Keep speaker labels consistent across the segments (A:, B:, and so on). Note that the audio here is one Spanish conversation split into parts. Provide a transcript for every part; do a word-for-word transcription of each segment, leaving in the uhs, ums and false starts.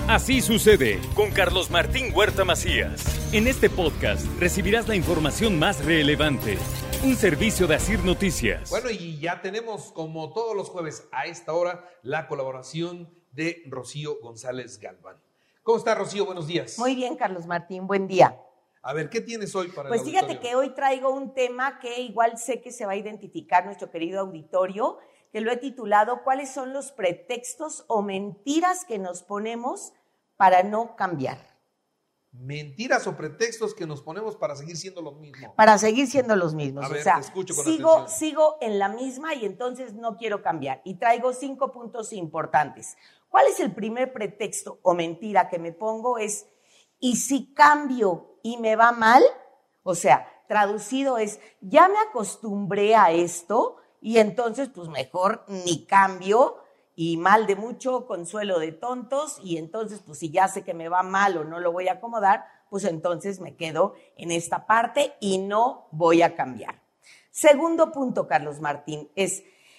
A: Así sucede con Carlos Martín Huerta Macías. En este podcast recibirás la información más relevante. Un servicio de Asir Noticias.
B: Bueno, y ya tenemos, como todos los jueves a esta hora, la colaboración de Rocío González Galván. ¿Cómo está, Rocío? Buenos días.
C: Muy bien, Carlos Martín, buen día.
B: A ver, ¿qué tienes hoy para
C: pues
B: el
C: fíjate
B: auditorio?
C: que hoy traigo un tema que igual sé que se va a identificar nuestro querido auditorio, que lo he titulado ¿Cuáles son los pretextos o mentiras que nos ponemos para no cambiar?
B: Mentiras o pretextos que nos ponemos para seguir siendo lo mismo.
C: Para seguir siendo los mismos.
B: A ver,
C: o sea,
B: te escucho con
C: sigo,
B: atención.
C: sigo en la misma y entonces no quiero cambiar. Y traigo cinco puntos importantes. ¿Cuál es el primer pretexto o mentira que me pongo? Es, ¿y si cambio y me va mal? O sea, traducido es, ya me acostumbré a esto y entonces pues mejor ni cambio y mal de mucho, consuelo de tontos y entonces pues si ya sé que me va mal o no lo voy a acomodar, pues entonces me quedo en esta parte y no voy a cambiar. Segundo punto, Carlos Martín, es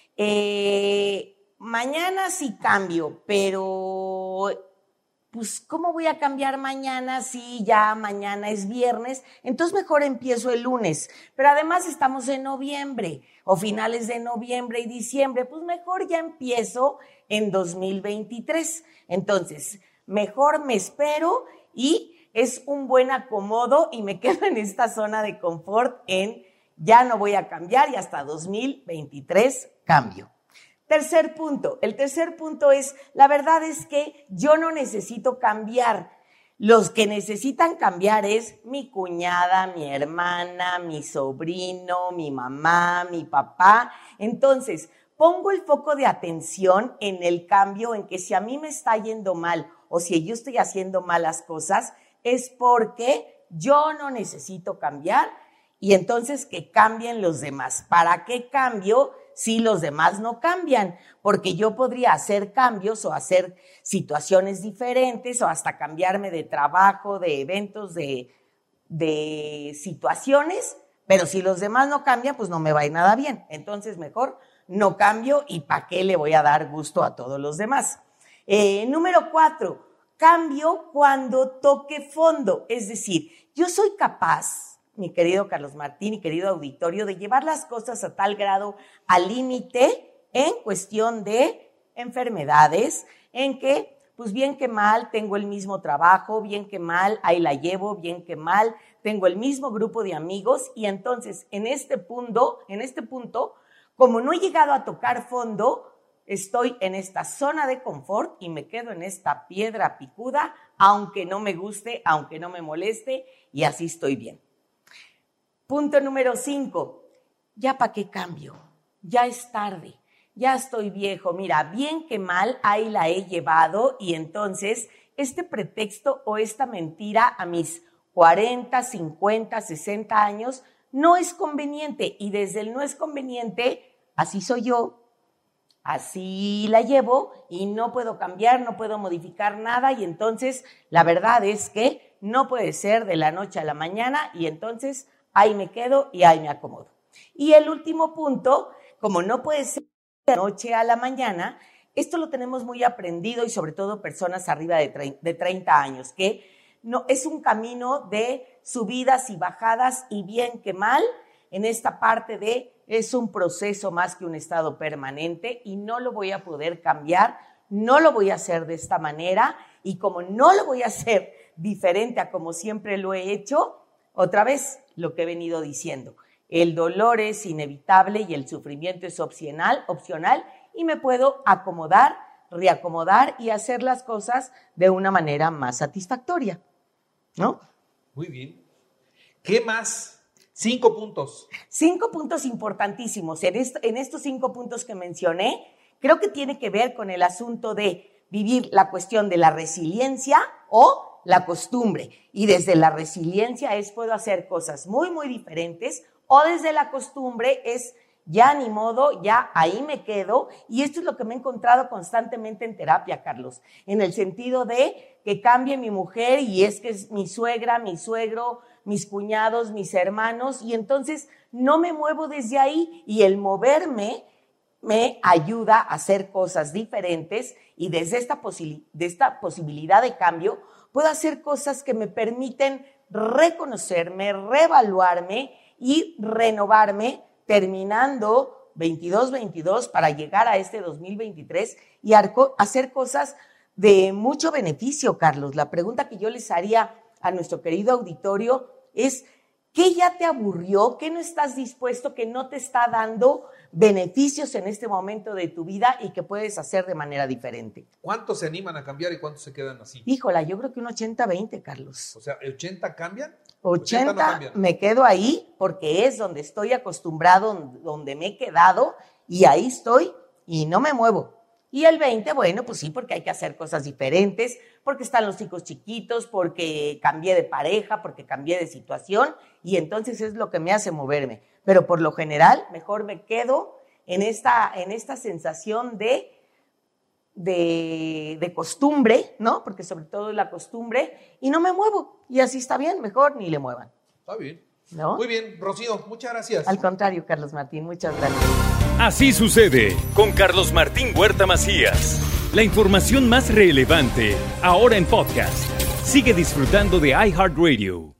C: eh, mañana sí cambio, pero pues ¿cómo voy a cambiar mañana si ya mañana es viernes? Entonces mejor empiezo el lunes. Pero además estamos en noviembre o finales de noviembre y diciembre, pues mejor ya empiezo en dos mil veintitrés. Entonces, mejor me espero y es un buen acomodo y me quedo en esta zona de confort en ya no voy a cambiar y hasta dos mil veintitrés cambio. Tercer punto, el tercer punto es, la verdad es que yo no necesito cambiar. Los que necesitan cambiar es mi cuñada, mi hermana, mi sobrino, mi mamá, mi papá. Entonces, pongo el foco de atención en el cambio, en que si a mí me está yendo mal o si yo estoy haciendo malas cosas, es porque yo no necesito cambiar y entonces que cambien los demás. ¿Para qué cambio si los demás no cambian? Porque yo podría hacer cambios o hacer situaciones diferentes o hasta cambiarme de trabajo, de eventos, de, de situaciones, pero si los demás no cambian, pues no me va a ir nada bien. Entonces mejor no cambio y ¿para qué le voy a dar gusto a todos los demás? Eh, número cuatro, cambio cuando toque fondo. Es decir, yo soy capaz, mi querido Carlos Martín y querido auditorio, de llevar las cosas a tal grado al límite en cuestión de enfermedades, en que, pues bien que mal, tengo el mismo trabajo, bien que mal, ahí la llevo, bien que mal, tengo el mismo grupo de amigos y entonces en este punto, en este punto, como no he llegado a tocar fondo, estoy en esta zona de confort y me quedo en esta piedra picuda, aunque no me guste, aunque no me moleste y así estoy bien. Punto número cinco, ¿ya para qué cambio? Ya es tarde, ya estoy viejo, mira, bien que mal, ahí la he llevado y entonces este pretexto o esta mentira a mis cuarenta, cincuenta, sesenta años no es conveniente y desde el no es conveniente, así soy yo, así la llevo y no puedo cambiar, no puedo modificar nada y entonces la verdad es que no puede ser de la noche a la mañana y entonces ahí me quedo y ahí me acomodo. Y el último punto, como no puede ser de la noche a la mañana, esto lo tenemos muy aprendido y sobre todo personas arriba de treinta años, que no, es un camino de subidas y bajadas y bien que mal, en esta parte de es un proceso más que un estado permanente y no lo voy a poder cambiar, no lo voy a hacer de esta manera y como no lo voy a hacer diferente a como siempre lo he hecho, otra vez, lo que he venido diciendo, el dolor es inevitable y el sufrimiento es opcional, opcional y me puedo acomodar, reacomodar y hacer las cosas de una manera más satisfactoria, ¿no?
B: Muy bien. ¿Qué más? Cinco puntos.
C: Cinco puntos importantísimos. En, esto, en estos cinco puntos que mencioné, creo que tiene que ver con el asunto de vivir la cuestión de la resiliencia o la costumbre. Y desde la resiliencia es puedo hacer cosas muy, muy diferentes o desde la costumbre es ya ni modo, ya ahí me quedo. Y esto es lo que me he encontrado constantemente en terapia, Carlos, en el sentido de que cambie mi mujer y es que es mi suegra, mi suegro, mis cuñados, mis hermanos y entonces no me muevo desde ahí y el moverme me ayuda a hacer cosas diferentes y desde esta, posi- de esta posibilidad de cambio puedo hacer cosas que me permiten reconocerme, reevaluarme y renovarme terminando veintidós veintidós para llegar a este dos mil veintitrés y arco, hacer cosas de mucho beneficio, Carlos. La pregunta que yo les haría a nuestro querido auditorio es, ¿qué ya te aburrió? ¿Qué no estás dispuesto, que no te está dando beneficios en este momento de tu vida y que puedes hacer de manera diferente?
B: ¿Cuántos se animan a cambiar y cuántos se quedan así?
C: Híjola, yo creo que un ochenta veinte, Carlos.
B: O sea, ¿ochenta cambian?
C: ochenta,
B: ochenta no cambian.
C: Me quedo ahí porque es donde estoy acostumbrado, donde me he quedado y ahí estoy y no me muevo. Y el veinte, bueno, pues sí, porque hay que hacer cosas diferentes, porque están los hijos chiquitos, porque cambié de pareja, porque cambié de situación y entonces es lo que me hace moverme. Pero por lo general, mejor me quedo en esta, en esta sensación de, de, de costumbre, ¿no? Porque sobre todo es la costumbre y no me muevo. Y así está bien, mejor ni le muevan.
B: Está bien.
C: ¿No?
B: Muy bien, Rocío, muchas gracias.
C: Al contrario, Carlos Martín, muchas gracias.
A: Así sucede con Carlos Martín Huerta Macías. La información más relevante, ahora en podcast. Sigue disfrutando de iHeartRadio.